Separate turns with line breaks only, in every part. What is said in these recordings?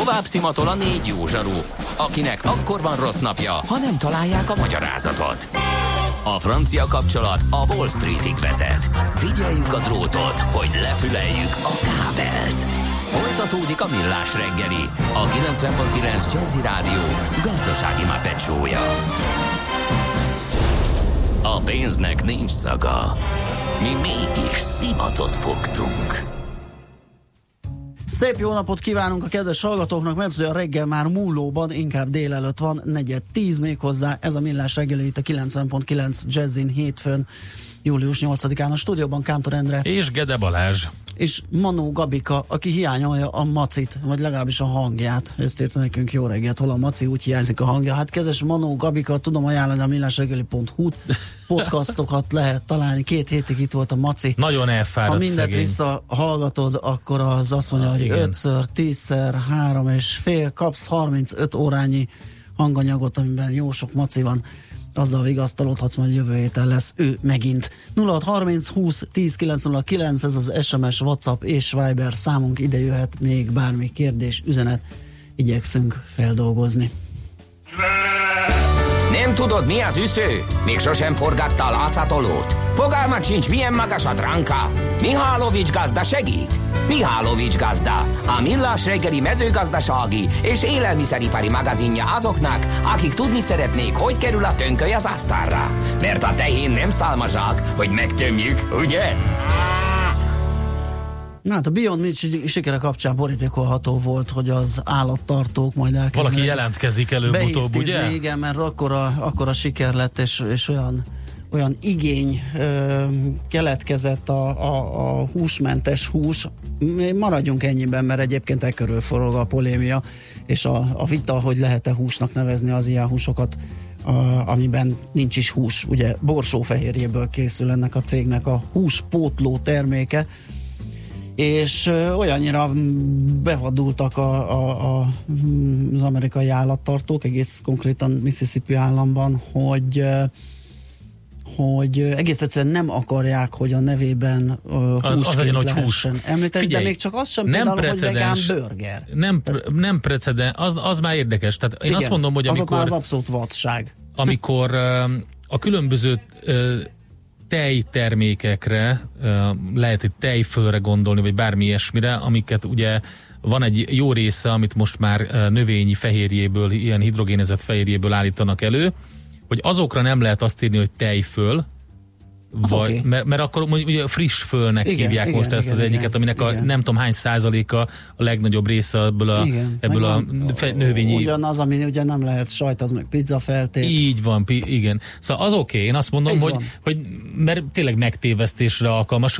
Tovább szimatol a 4 jó zsaru, akinek akkor van rossz napja, ha nem találják a magyarázatot. A francia kapcsolat a Wall Streetig vezet. Figyeljük a drótot, hogy lefüleljük a kábelt. Folytatódik a Millás reggeli, a 90.9 Jazzy Rádió gazdasági mápecsója. A pénznek nincs szaga. Mi mégis szimatot fogtunk.
Szép jó napot kívánunk a kedves hallgatóknak, mert ugye a reggel már múlóban, inkább délelőtt van, 9:10 még hozzá. Ez a Millás reggeli itt a 90.9 Jazzin hétfőn, július 8-án a stúdióban Kántor Endre.
És Gede Balázs.
És Manó Gabika, aki hiányolja a macit, vagy legalábbis a hangját. Ezt írta nekünk, jó reggelt, hol a maci, úgy hiányzik a hangja. Hát kedves Manó Gabika, tudom ajánlani a millásreggeli.hu podcastokat lehet találni. 2 hétig itt volt a maci.
Nagyon elfáradt.
Ha mindet
szegény
visszahallgatod, akkor az azt mondja, hogy 5-ször, 10-szer, 3,5, kapsz 35 órányi hanganyagot, amiben jó sok maci van. Azzal vigasztalodhatsz, majd jövő héten lesz ő megint. 0630 20 10 909, ez az SMS, WhatsApp és Viber számunk, ide jöhet még bármi kérdés, üzenet, igyekszünk feldolgozni.
Nem tudod, mi az üsző? Még sosem forgatta a látszatolót? Fogalmat sincs, milyen magas a dránka? Mihálovics gazda segít? Mihálovics gazda, a Millás reggeli mezőgazdasági és élelmiszeripari magazinja azoknak, akik tudni szeretnék, hogy kerül a tönköly az asztalra. Mert a tehén nem szálmazsák, hogy megtömjük, ugye?
Na hát a Beyond Meat sikere kapcsán borítékolható volt, hogy az állattartók majd elkezdenek
valaki jelentkezik előbb-utóbb, ugye?
Igen, mert akkora siker lett, és olyan igény keletkezett a húsmentes hús. Maradjunk ennyiben, mert egyébként ekkörül forog a polémia, és a vita, hogy lehet-e húsnak nevezni az ilyen húsokat, amiben nincs is hús. Ugye borsófehérjéből készül ennek a cégnek a húspótló terméke, és olyannyira bevadultak az amerikai állattartók, egész konkrétan Mississippi államban, hogy egész egyszerűen nem akarják, hogy a nevében húsként lehessen említeni, de még csak az sem például, hogy vegán burger.
Nem precedens, az már érdekes. Tehát én igen, azt mondom, hogy amikor...
Az abszolút vadság.
Amikor a különböző tejtermékekre, lehet egy tejfölre gondolni, vagy bármi ilyesmire, amiket ugye van egy jó része, amit most már növényi fehérjéből, ilyen hidrogénezett fehérjéből állítanak elő, hogy azokra nem lehet azt írni, hogy tejföl, vagy, okay. mert akkor ugye friss fölnek hívják most ezt az egyiket, aminek a nem tudom hány százaléka a legnagyobb része ebből a növényi...
Ugyanaz, ami ugye nem lehet sajt, az meg pizza feltét.
Így van, igen. Szóval az oké, én azt mondom, hogy mert tényleg megtévesztésre alkalmas,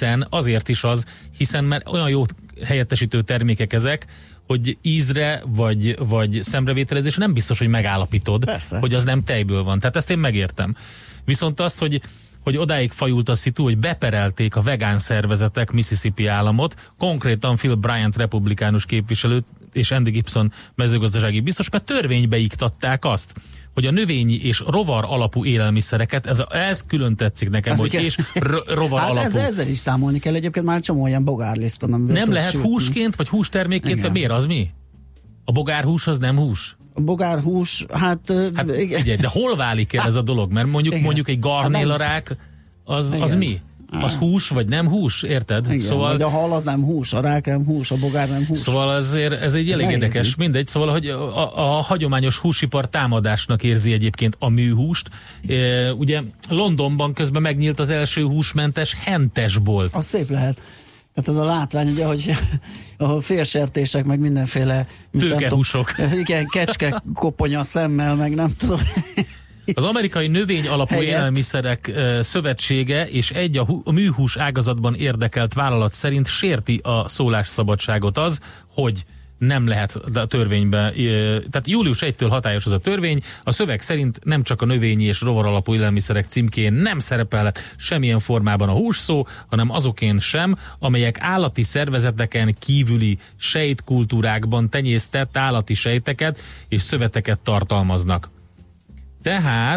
hiszen mert olyan jó helyettesítő termékek ezek, hogy ízre vagy szemrevételezésre nem biztos, hogy megállapítod, persze, hogy az nem tejből van. Tehát ezt én megértem. Viszont azt, hogy odáig fajult a szitu, hogy beperelték a vegán szervezetek Mississippi államot, konkrétan Phil Bryant republikánus képviselőt és Andy Gibson mezőgazdasági biztos, mert törvénybe iktatták azt, hogy a növényi és rovar alapú élelmiszereket, ez külön tetszik nekem, hogy és rovar alapú.
Ezzel is számolni kell, egyébként már csomó olyan bogárliszton.
Nem lehet sütni. Húsként, vagy hústermékként, vagy miért az mi? A bogárhús az nem hús?
A bogárhús, hát
figyelj, de hol válik el ez a dolog? Mert mondjuk egy garnélarák, az mi? Az hús, vagy nem hús, érted?
Igen, szóval, vagy a hal az nem hús, a rák nem hús, a bogár nem hús.
Szóval azért ez egy elég érdekes, mindegy. Szóval, hogy a hagyományos húsipar támadásnak érzi egyébként a műhúst. Ugye Londonban közben megnyílt az első húsmentes hentesbolt.
Az szép lehet. Tehát az a látvány, ugye, hogy ahol félsertések, meg mindenféle...
Tőkehúsok.
Igen, kecske koponya szemmel, meg nem tudom...
Az amerikai növény alapú élelmiszerek szövetsége és egy a műhús ágazatban érdekelt vállalat szerint sérti a szólásszabadságot az, hogy nem lehet a törvénybe, tehát július 1-től hatályos az a törvény, a szöveg szerint nem csak a növényi és rovar alapú élelmiszerek címkén nem szerepelhet semmilyen formában a hús szó, hanem azokén sem, amelyek állati szervezeteken kívüli sejtkultúrákban tenyésztett állati sejteket és szöveteket tartalmaznak. Tehát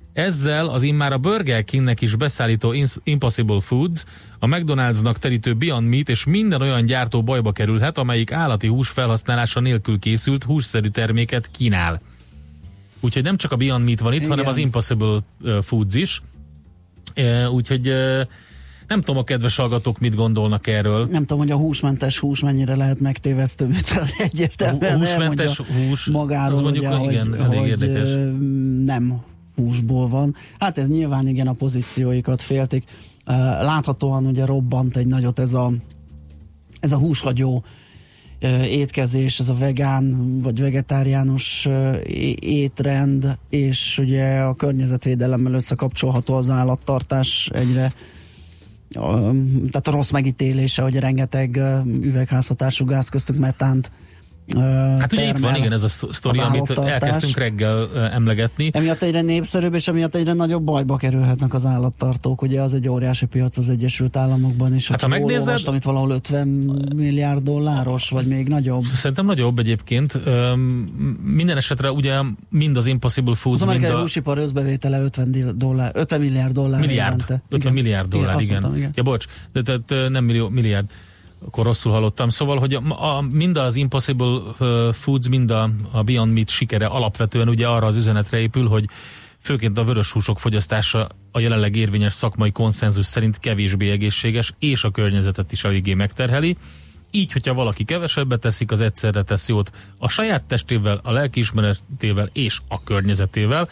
Ezzel az immár a Burger Kingnek is beszállító Impossible Foods, a McDonald'snak terítő Beyond Meat és minden olyan gyártó bajba kerülhet, amelyik állati hús felhasználása nélkül készült hússzerű terméket kínál. Úgyhogy nem csak a Beyond Meat van itt, hanem az Impossible Foods is. Úgyhogy nem tudom, a kedves hallgatók mit gondolnak erről.
Nem tudom, hogy a húsmentes hús mennyire lehet megtévesztő, mert egyértelműen
a húsmentes hús
magáról,
az mondjuk
ugye,
igen, elég érdekes.
Nem húsból van. Hát ez nyilván igen, a pozícióikat féltik. Láthatóan ugye robbant egy nagyot ez a húshagyó étkezés, ez a vegán vagy vegetáriánus étrend, és ugye a környezetvédelemmel összekapcsolható az állattartás egyre, tehát a rossz megítélése, hogy rengeteg üvegházhatású gáz, köztük metánt
hát ugye itt van, igen, ez a sztori, amit elkezdtünk reggel emlegetni.
Emiatt egyre népszerűbb, és emiatt egyre nagyobb bajba kerülhetnek az állattartók. Ugye az egy óriási piac az Egyesült Államokban is.
Hát ha megnézed,
amit valahol 50 milliárd dolláros, vagy még nagyobb.
Szerintem nagyobb egyébként. Minden esetre ugye mind az Impossible Foods,
az amerikai húsipar összbevétele 50 milliárd dollár.
50 milliárd dollár, igen. Ja, bocs, tehát nem milliárd. Akkor rosszul hallottam. Szóval, hogy mind az Impossible Foods, mind a Beyond Meat sikere alapvetően ugye arra az üzenetre épül, hogy főként a vörös húsok fogyasztása a jelenleg érvényes szakmai konszenzus szerint kevésbé egészséges, és a környezetet is eléggé megterheli. Így, hogyha valaki kevesebbet teszik, az egyszerre tesz jót a saját testével, a lelkiismeretével és a környezetével.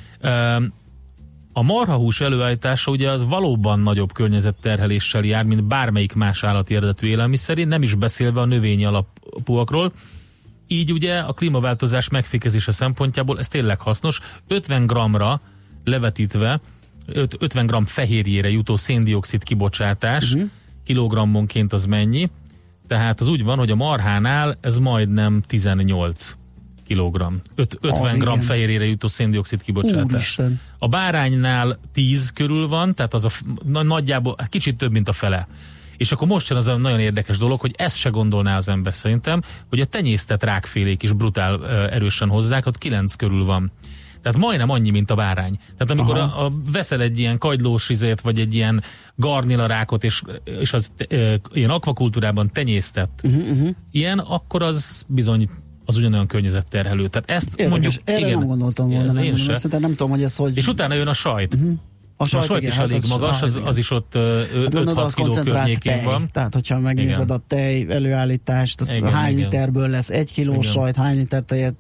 A marhahús előállítása ugye az valóban nagyobb környezetterheléssel jár, mint bármelyik más állati eredetű élelmiszerén, nem is beszélve a növényi alapúakról. Így ugye a klímaváltozás megfékezése szempontjából ez tényleg hasznos. 50 g-ra levetítve, 50 g fehérjére jutó széndioxid kibocsátás kilogrammonként az mennyi? Tehát az úgy van, hogy a marhánál ez majdnem 18 kilogramm. 50 g fehérjére jutó széndioxid kibocsátás.
Úristen.
A báránynál 10 körül van, tehát az nagyjából kicsit több, mint a fele. És akkor most jön az a nagyon érdekes dolog, hogy ezt se gondolná az ember szerintem, hogy a tenyésztett rákfélék is brutál erősen hozzák, ott 9 körül van. Tehát majdnem annyi, mint a bárány. Tehát amikor veszel egy ilyen kagylós izét, vagy egy ilyen garnilarákot, és az ilyen akvakultúrában tenyésztett ilyen, akkor az bizony az ugyanolyan környezetterhelő. Tehát ezt
érdekes,
mondjuk...
Erre
igen,
nem gondoltam volna. Nem tudom, hogy ez hogy...
És utána jön a sajt. A sajt
igen,
is elég magas, az is ott 5-6 kiló környékén van.
Tehát, hogyha megnézed a tej előállítást, az hány literből lesz 1 kiló sajt, hány liter tejet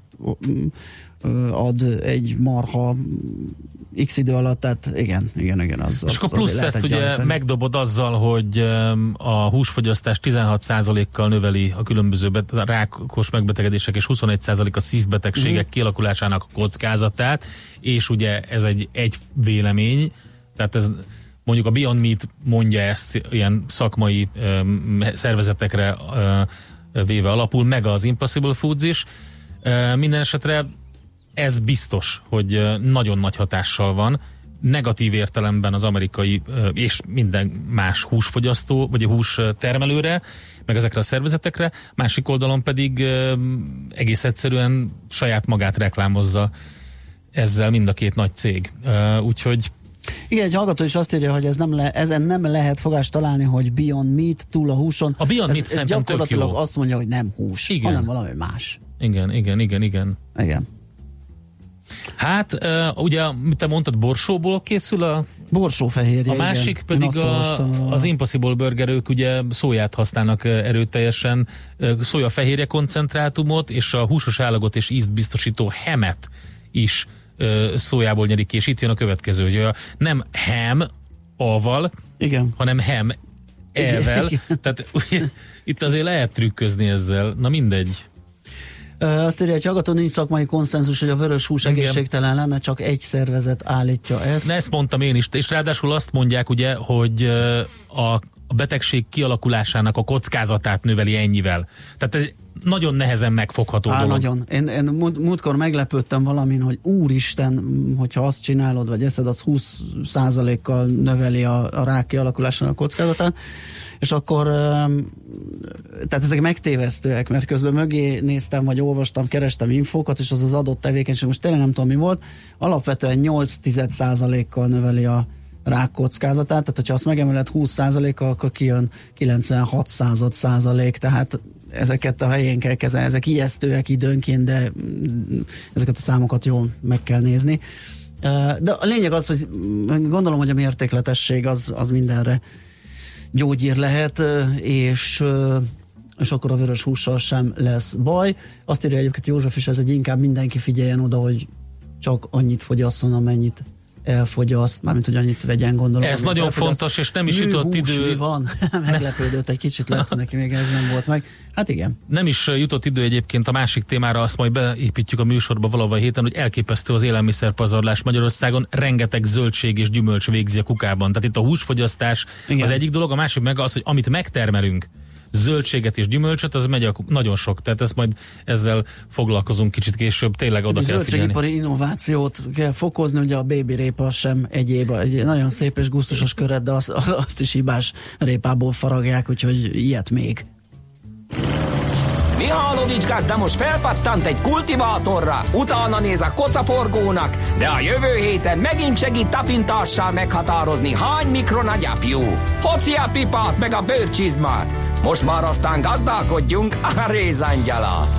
ad egy marha x idő alatt, tehát igen.
És akkor plusz ezt ugye megdobod azzal, hogy a húsfogyasztás 16%-kal növeli a különböző rákos megbetegedések és 21% a szívbetegségek kialakulásának a kockázatát, és ugye ez egy vélemény, tehát ez mondjuk a Beyond Meat mondja ezt ilyen szakmai szervezetekre véve alapul, meg az Impossible Foods is. Minden esetre ez biztos, hogy nagyon nagy hatással van, negatív értelemben az amerikai és minden más húsfogyasztó, vagy a hús termelőre, meg ezekre a szervezetekre, másik oldalon pedig egész egyszerűen saját magát reklámozza ezzel mind a két nagy cég. Úgyhogy
igen, egy hallgató is azt írja, hogy ezen nem lehet fogást találni, hogy Beyond Meat túl a húson.
A Beyond Meat
ez gyakorlatilag azt mondja, hogy nem hús, hanem valami más.
Igen. Hát, ugye, te mondtad, borsóból készül a...
Borsófehérje,
a másik pedig az Impossible burgerők ugye szóját használnak erőteljesen, szójafehérje koncentrátumot, és a húsos állagot és ízt biztosító hemet is szójából nyerik ki, és itt jön a következő, hogy nem ham A-val, hanem ham E-vel, tehát ugye, itt azért lehet trükközni ezzel, na mindegy.
Azt írja, hogy hallgató, nincs szakmai konszenzus, hogy a vörös hús egészségtelen lenne, csak egy szervezet állítja ezt.
Na, ezt mondtam én is, és ráadásul azt mondják ugye, hogy a betegség kialakulásának a kockázatát növeli ennyivel. Tehát nagyon nehezen megfogható dolog.
Nagyon. Én múltkor meglepődtem valamin, hogy úristen, hogyha azt csinálod, vagy eszed, az 20%-kal növeli a rák kialakulásának a kockázatát, és akkor tehát ezek megtévesztőek, mert közben mögé néztem, vagy olvastam, kerestem infókat, és az adott tevékenység, most tényleg nem tudom mi volt, alapvetően 8% növeli a rák kockázatát, tehát hogyha azt megemeled 20%-kal, akkor kijön 96%, tehát ezeket a helyén kell kezelni, ezek ijesztőek időnként, de ezeket a számokat jól meg kell nézni. De a lényeg az, hogy gondolom, hogy a mértékletesség az mindenre gyógyír lehet, és akkor a vörös hússal sem lesz baj. Azt írja egyébként József is, ez egy inkább mindenki figyeljen oda, hogy csak annyit fogyasszon, amennyit elfogyaszt, mármint, hogy annyit vegyen, gondolom.
Ez nagyon fontos, és nem is jutott idő.
Mi van? Meglepődött egy kicsit, lehet, neki még ez nem volt meg. Hát igen.
Nem is jutott idő egyébként a másik témára, azt majd beépítjük a műsorba valahol héten, hogy elképesztő az élelmiszerpazarlás Magyarországon, rengeteg zöldség és gyümölcs végzi a kukában. Tehát itt a húsfogyasztás igen. Az egyik dolog, a másik meg az, hogy amit megtermelünk, zöldséget és gyümölcsöt, az megy nagyon sok, tehát ezt majd ezzel foglalkozunk kicsit később, tényleg oda kell figyelni.
Zöldségipari innovációt kell fokozni, ugye a baby répa sem egyéb, egy nagyon szép és gusztusos köret, de azt is hibás répából faragják, úgyhogy ilyet még.
Mihálovics gazda most felpattant egy kultivátorra, utána néz a kocaforgónak, de a jövő héten megint segít tapintással meghatározni, hány mikron a gyapjú. Hoci a pipát meg a bőrcsizmát. Most már aztán gazdálkodjunk a rézangyalat.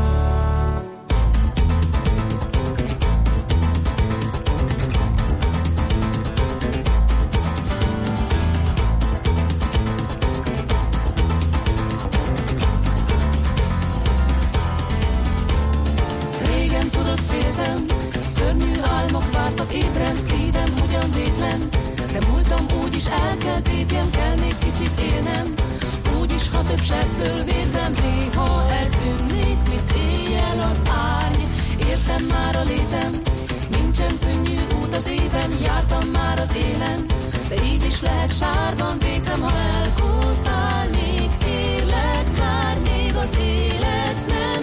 Régen tudod, féltem, szörnyű álmok vártak ébren, szívem ugyan vétlen, de múltam úgyis el kell tépjem, kell még kicsit élnem. Úgyis, ha több sebből vérzem, néha eltűnik, mint éjjel az árny. Értem már a létem, nincsen könnyű út az éven, jártam már az élen, de így is lehet sárban végzem, ha elkúszál, még kérlek, várj, még az élet nem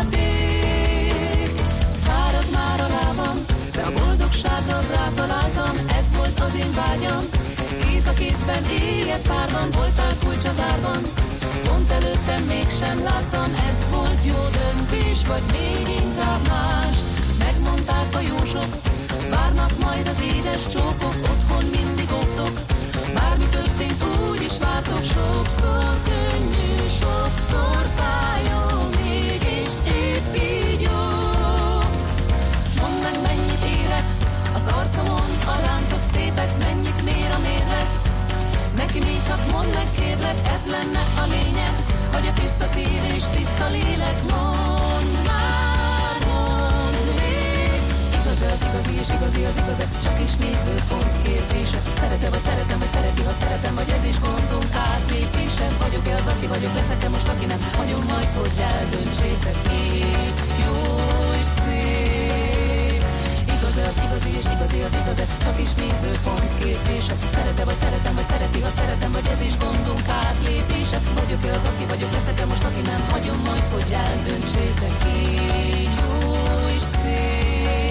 játék. Fáradt már a lábam, de a boldogságra rátaláltam, ez volt az én vágyam. Kéz a kézben, éjjel párban, voltál kulcs az árban. Pont előttem mégsem láttam, ez volt jó döntés, vagy még inkább más. Megmondták a jósok, várnak majd az édes csókok, otthon mindig óvtok. Bármi történt, úgy is vártok, sokszor könnyű, sokszor fájó, mégis épp így jó. Mondd meg, mennyit érek, az arcomon a láncok szépek, mennyit mér a mérleg. Neki mi csak mondd meg, kérlek, ez lenne a lényeg, hogy a tiszta szív és tiszta lélek. Mondd már, mondd rég. Igaz az igazi és igazi az igazat, csak is nézőpont kérdése. Szeret-e vagy szeretem, vagy szereti, ha szeretem, vagy ez is gondunk átlépése. Vagyok-e az, aki vagyok, leszek-e most, aki nem? Hagyom majd, hogy eldöntsétek, még jó és szép. Az igazi és igazi az igazat, csak is nézőpont kérdése. Szeret-e vagy szeretem, vagy szereti, ha szeretem, vagy ez is gondunk átlépése. Vagyok-e az, aki vagyok, leszek-e most, aki nem? Hagyom majd, hogy eldöntsétek, így jó és szép.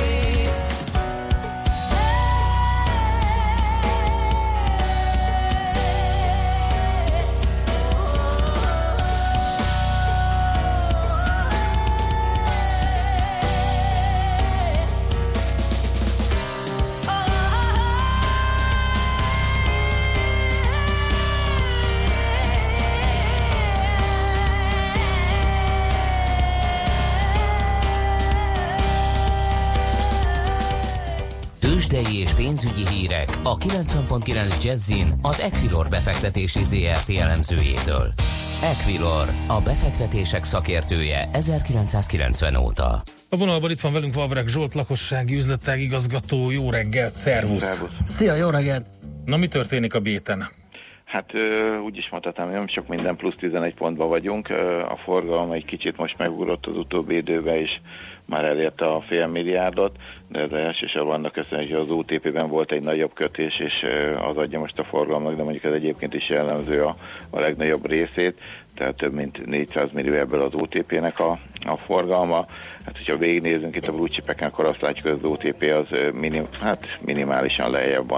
Tőzsdei és pénzügyi hírek a 90.9 Jazzin az Equilor befektetési ZRT elemzőjétől. Equilor, a befektetések szakértője 1990 óta.
A vonalban itt van velünk Vavreg Zsolt, lakossági üzletág igazgató. Jó reggelt, szervusz!
Szia, jó reggelt!
Na, mi történik a béten?
Hát úgy is mondhatnám, nem sok minden, plusz 11 pontban vagyunk. A forgalom egy kicsit most megugrott az utóbbi időben is, már elérte a $500 milliárdot, de ez elsősorban annak köszönhető, hogy az OTP-ben volt egy nagyobb kötés, és az adja most a forgalomnak, de mondjuk ez egyébként is jellemző a legnagyobb részét, tehát több mint 400 millió ebből az OTP-nek a forgalma. Hát, hogyha végignézünk itt a blue chipeken, akkor azt látjuk, hogy az OTP az minimálisan lejjebb van,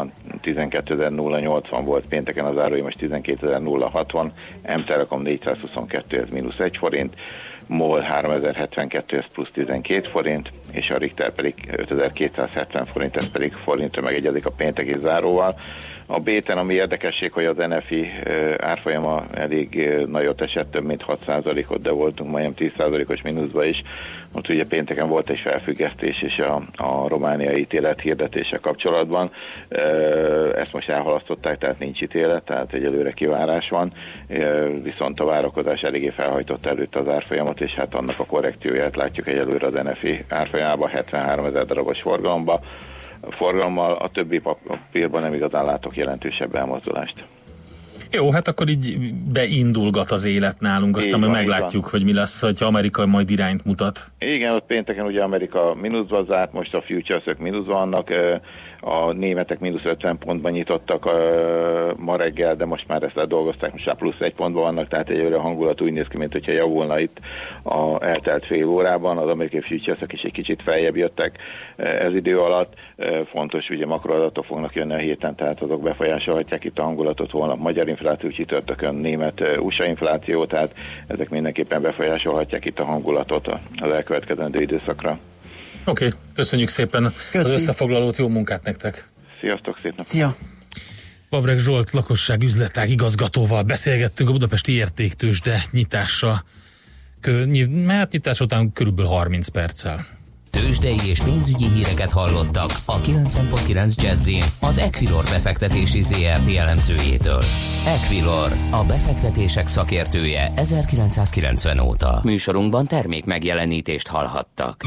12.080 volt, pénteken az árfolyam most 12.060, M-Telekom 422, ez mínusz 1 forint, MOL 3072, ez plusz 12 forint, és a Richter pedig 5270 forint, ez pedig forintra megegyezik a pénteki záróval. A B-ten, ami érdekesség, hogy az NFI árfolyama elég nagyot esett, több mint 6%-ot, de voltunk majdnem 10%-os mínuszba is. Ott ugye pénteken volt egy felfüggesztés is a romániai ítélet hirdetése kapcsolatban. Ezt most elhalasztották, tehát nincs ítélet, tehát egyelőre kivárás van, viszont a várakozás eléggé felhajtotta előtte az árfolyamot, és hát annak a korrekcióját látjuk egyelőre az NFI árfolyamában, 73 000 darabos forgalommal, a többi papírban nem igazán látok jelentősebb elmozdulást.
Jó, hát akkor így beindulgat az élet nálunk, aztán majd meglátjuk, hogy mi lesz, hogyha Amerika majd irányt mutat.
Igen, ott pénteken ugye Amerika mínuszba zárt, most a futuresök mínuszban vannak, a németek mínusz 50 pontban nyitottak ma reggel, de most már ezt ledolgozták, most már plusz 1 pontban vannak, tehát egyelőre a hangulat úgy néz ki, mint hogyha javulna itt a eltelt fél órában, az amerikai futuresek is egy kicsit feljebb jöttek ez idő alatt. Fontos, ugye makroadatok fognak jönni a héten, tehát azok befolyásolhatják itt a hangulatot, holnap magyar infláció, csütörtökön német USA infláció, tehát ezek mindenképpen befolyásolhatják itt a hangulatot az elkövetkezendő időszakra.
Oké, köszönjük szépen az összefoglalót, jó munkát nektek!
Sziasztok, szép napot!
Szia!
Vavreg Zsolt lakosság üzletág igazgatóval beszélgettünk a budapesti értéktőzsde nyitása, nyitás után körülbelül 30 perccel.
Tőzsdei és pénzügyi híreket hallottak a 90.9 Jazzin az Equilor befektetési ZRT elemzőjétől. Equilor, a befektetések szakértője 1990 óta. Műsorunkban termék megjelenítést hallhattak.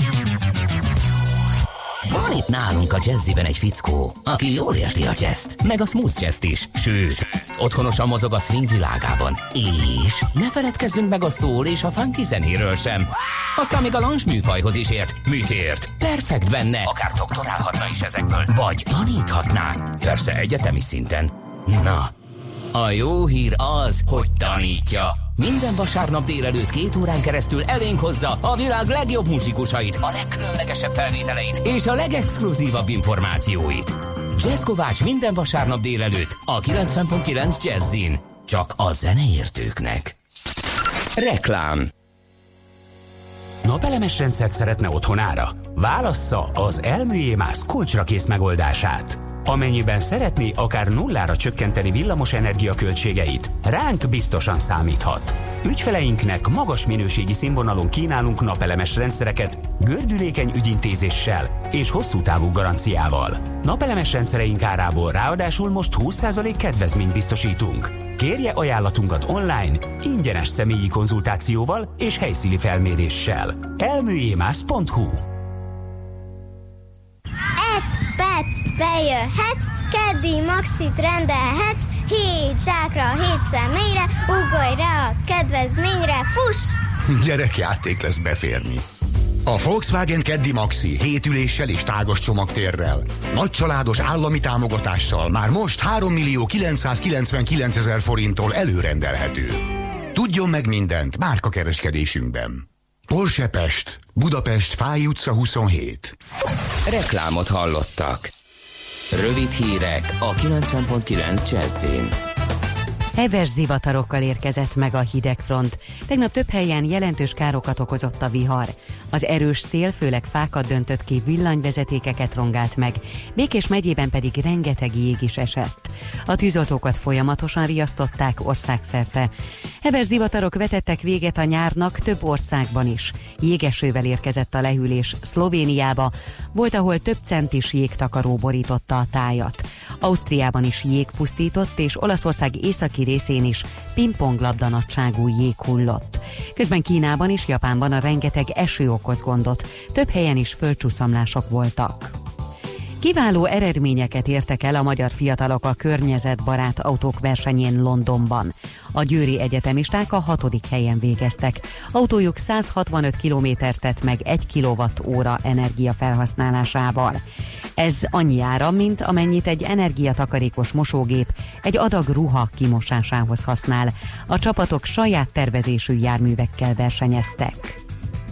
Van itt nálunk a Jazziben egy fickó, aki jól érti a jazzt, meg a smooth jazzt is, sőt, otthonosan mozog a swing világában. És ne feledkezzünk meg a soul és a funky zenéről sem. Aztán még a lounge műfajhoz is ért. Mit ért? Perfekt benne, akár doktorálhatna is ezekből, vagy taníthatná. Persze egyetemi szinten. Na, a jó hír az, hogy tanítja. Minden vasárnap délelőtt 2 órán keresztül elénk hozza a világ legjobb muzsikusait, a legkülönlegesebb felvételeit és a legexkluzívabb információit. Jazz Kovács minden vasárnap délelőtt a 90.9 Jazzin. Csak a zeneértőknek. Reklám.
Napelemes rendszert szeretne otthonára? Válassza az Elműjémász kulcsrakész megoldását. Amennyiben szeretné akár nullára csökkenteni villamos energia költségeit, ránk biztosan számíthat. Ügyfeleinknek magas minőségi színvonalon kínálunk napelemes rendszereket, gördülékeny ügyintézéssel és hosszú távú garanciával. Napelemes rendszereink árából ráadásul most 20% kedvezményt biztosítunk. Kérje ajánlatunkat online, ingyenes személyi konzultációval és helyszíni felméréssel. elműjémász.hu.
Petsz, bejöhetsz, keddi maxit rendelhetsz, 7 zsákra, 7 személyre, ugorj rá a kedvezményre, fuss!
Gyerekjáték lesz beférni. A Volkswagen Keddi Maxi 7 üléssel és tágas csomagtérrel, nagy családos állami támogatással már most 3 999 000 forinttól előrendelhető. Tudjon meg mindent márkakereskedésünkben. Porsche Pest, Budapest, Fáy utca 27.
Reklámot hallottak. Rövid hírek a 90.9 Jazzin.
Heves zivatarokkal érkezett meg a hidegfront. Tegnap több helyen jelentős károkat okozott a vihar. Az erős szél főleg fákat döntött ki, villanyvezetékeket rongált meg, Békés megyében pedig rengeteg jég is esett. A tűzoltókat folyamatosan riasztották országszerte. Heves zivatarok vetettek véget a nyárnak több országban is. Jégesővel érkezett a lehűlés Szlovéniába, volt, ahol több centis jégtakaró borította a tájat. Ausztriában is jég pusztított, és Olaszország északi részén is pingponglabda nagyságú jég hullott. Közben Kínában és Japánban a rengeteg eső okoz gondot, több helyen is földcsúszamlások voltak. Kiváló eredményeket értek el a magyar fiatalok a környezetbarát autók versenyén Londonban. A győri egyetemisták a 6. helyen végeztek. Autójuk 165 kilométert tett meg 1 kWh energia felhasználásával. Ez annyi ára, mint amennyit egy energiatakarékos mosógép egy adag ruha kimosásához használ. A csapatok saját tervezésű járművekkel versenyeztek.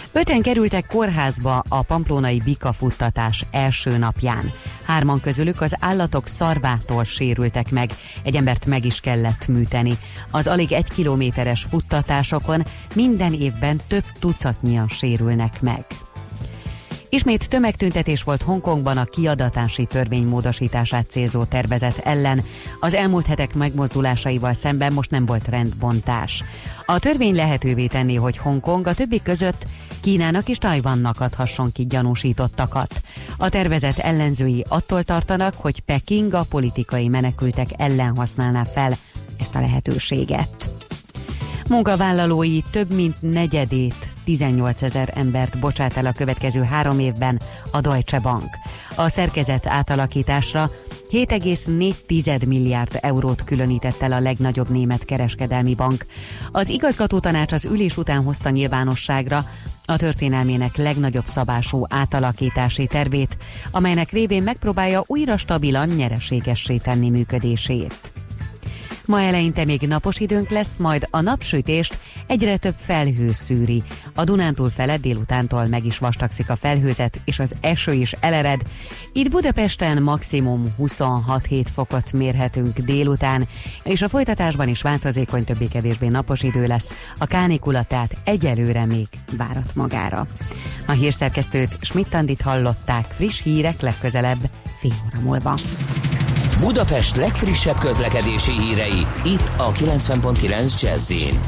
5-en kerültek kórházba a pamplónai bikafuttatás első napján. 3 közülük az állatok szarvától sérültek meg, egy embert meg is kellett műteni. Az alig 1 kilométeres futtatásokon minden évben több tucatnyian sérülnek meg. Ismét tömegtüntetés volt Hongkongban a kiadatási törvény módosítását célzó tervezet ellen. Az elmúlt hetek megmozdulásaival szemben most nem volt rendbontás. A törvény lehetővé tenné, hogy Hongkong a többi között Kínának és Tajvannak adhasson ki gyanúsítottakat. A tervezet ellenzői attól tartanak, hogy Peking a politikai menekültek ellen használná fel ezt a lehetőséget. Munkavállalói több mint negyedét, 18 000 embert bocsát el a következő 3 évben a Deutsche Bank. A szerkezet átalakításra 7,4 milliárd eurót különített el a legnagyobb német kereskedelmi bank. Az igazgatótanács az ülés után hozta nyilvánosságra a történelmének legnagyobb szabású átalakítási tervét, amelynek révén megpróbálja újra stabilan, nyereségessé tenni működését. Ma eleinte még napos időnk lesz, majd a napsütést egyre több felhő szűri. A Dunántúl felett délutántól meg is vastagszik a felhőzet, és az eső is elered. Itt Budapesten maximum 26-7 fokot mérhetünk délután, és a folytatásban is változékony, többé-kevésbé napos idő lesz. A kánikula tehát egyelőre még várat magára. A hírszerkesztőt, Schmidt-Andit hallották, friss hírek legközelebb fél óra múlva.
Budapest legfrissebb közlekedési hírei, itt a 90.9 Jazz-in.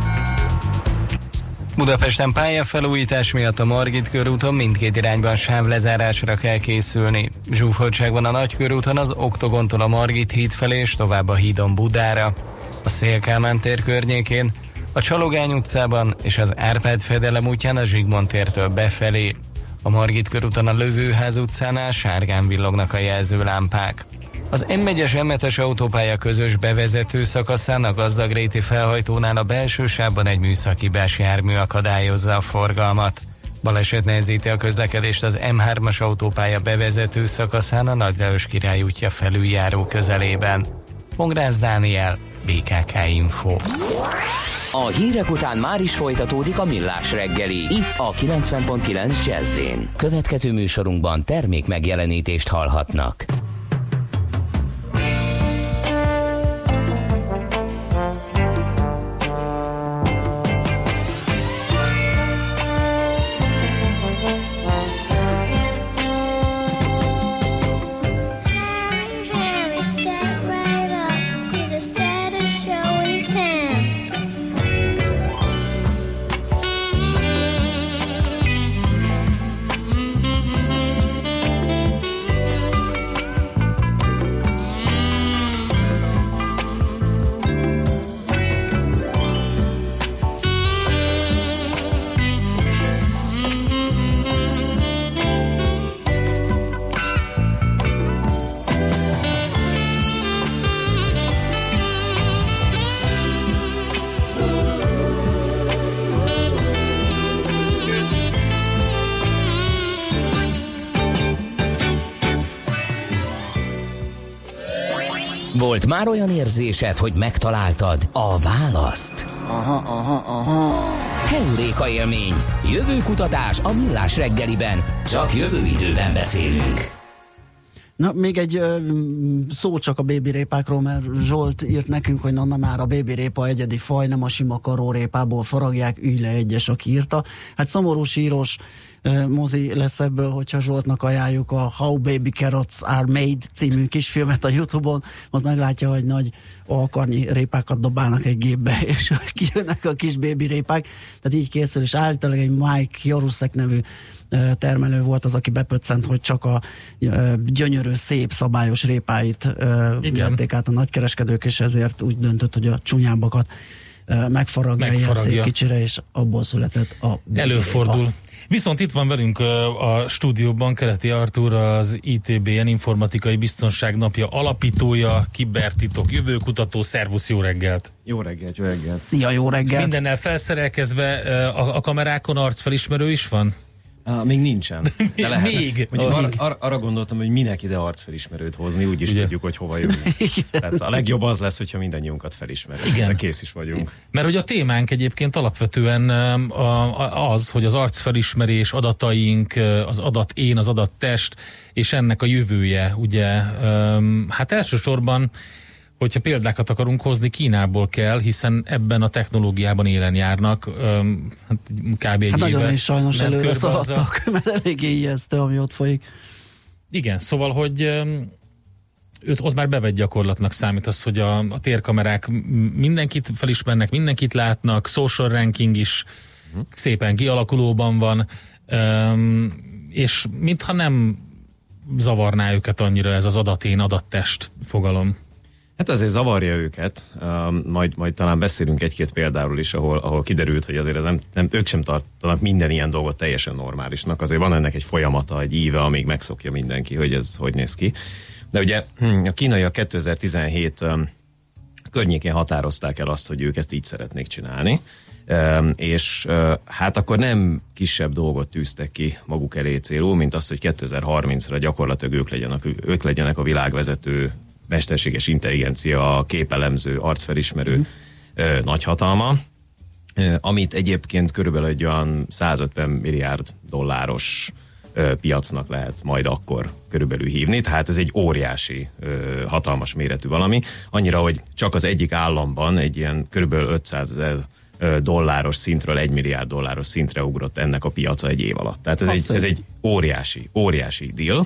Budapesten pályafelújítás miatt a Margit körúton mindkét irányban sávlezárásra kell készülni. Zsúfoltság van a Nagykörúton az Oktogontól a Margit híd felé és tovább a hídon Budára. A Széll-Kálmán tér környékén, a Csalogány utcában és az Árpád-fedelem útján a Zsigmond tértől befelé. A Margit körúton a Lövőház utcánál sárgán villognak a jelzőlámpák. Az M1-es M7-es autópálya közös bevezető szakaszán a Gazdagréti felhajtónál a belső sávban egy műszakibás jármű akadályozza a forgalmat. Baleset nehezíti a közlekedést az M3-as autópálya bevezető szakaszán a Nagy Lajos Király útja felüljáró közelében. Pongrász Dániel, BKK Info.
A hírek után már is folytatódik a Millás reggeli, itt a 90.9 Jazz-in. Következő műsorunkban termék megjelenítést hallhatnak. Volt már olyan érzésed, hogy megtaláltad a választ? Aha. Heuréka élmény. Jövőkutatás a Millás reggeliben. Csak jövő időben beszélünk.
Na, még egy szó csak a bébirépákról, mert Zsolt írt nekünk, hogy na már a bébirépa egyedi faj, nem a sima karórépából faragják, ülj le egyes, aki írta. Hát szomorú síros mozi lesz ebből, hogyha Zsoltnak ajánljuk a How Baby Carrots Are Made című kisfilmet a YouTube-on, ott meglátja, hogy nagy alkarnyi répákat dobálnak egy gépbe, és kijönnek a kis bébirépák. Tehát így készül, és állítólag egy Mike Jaruszek nevű termelő volt az, aki bepöccent, hogy csak a gyönyörű, szép, szabályos répáit vették át a nagykereskedők, és ezért úgy döntött, hogy a csúnyábbakat megfaragja ilyen szép kicsire, és abból született a
előfordul. Répa. Viszont itt van velünk a stúdióban Keleti Artúr, az ITBN Informatikai Biztonság Napja alapítója, kibertitok jövőkutató. Szervusz, jó reggelt!
Jó reggelt, jó reggelt!
Szia, jó reggelt!
Mindennel felszerelkezve a kamerákon arcfelismerő is van?
Még nincsen. De lehet.
Még.
Arra gondoltam, hogy minek ide arcfelismerőt hozni, úgyis tudjuk, hogy hova jövünk. Tehát a legjobb az lesz, hogyha mindannyiunkat felismerünk. Igen. Kész is vagyunk.
Mert hogy a témánk egyébként alapvetően az, hogy az arcfelismerés, adataink, az adat-én, az adattest, és ennek a jövője, ugye, hát elsősorban, hogyha példákat akarunk hozni, Kínából kell, hiszen ebben a technológiában élen járnak, kb. Egy éve.
Nagyon is sajnos előre szaladtak, mert eléggé ijesztő, ami ott folyik.
Igen, szóval, hogy ott már bevett gyakorlatnak számít az, hogy a térkamerák mindenkit felismernek, mindenkit látnak, social ranking is szépen kialakulóban van, és mintha nem zavarná őket annyira ez az adatén, adattest fogalom.
Hát azért zavarja őket, majd talán beszélünk egy-két példáról is, ahol kiderült, hogy azért nem, ők sem tartanak minden ilyen dolgot teljesen normálisnak, azért van ennek egy folyamata, egy íve, amíg megszokja mindenki, hogy ez hogy néz ki. De ugye a kínaiak 2017 környékén határozták el azt, hogy ők ezt így szeretnék csinálni, és hát akkor nem kisebb dolgot tűztek ki maguk elé célul, mint az, hogy 2030-ra gyakorlatilag ők legyenek a világvezető mesterséges intelligencia, képelemző, arcfelismerő nagyhatalma, amit egyébként körülbelül egy olyan 150 milliárd dolláros piacnak lehet majd akkor körülbelül hívni, tehát ez egy óriási, hatalmas méretű valami, annyira, hogy csak az egyik államban egy ilyen körülbelül 500 000 dolláros szintről 1 milliárd dolláros szintre ugrott ennek a piaca egy év alatt. Tehát ez egy óriási deal.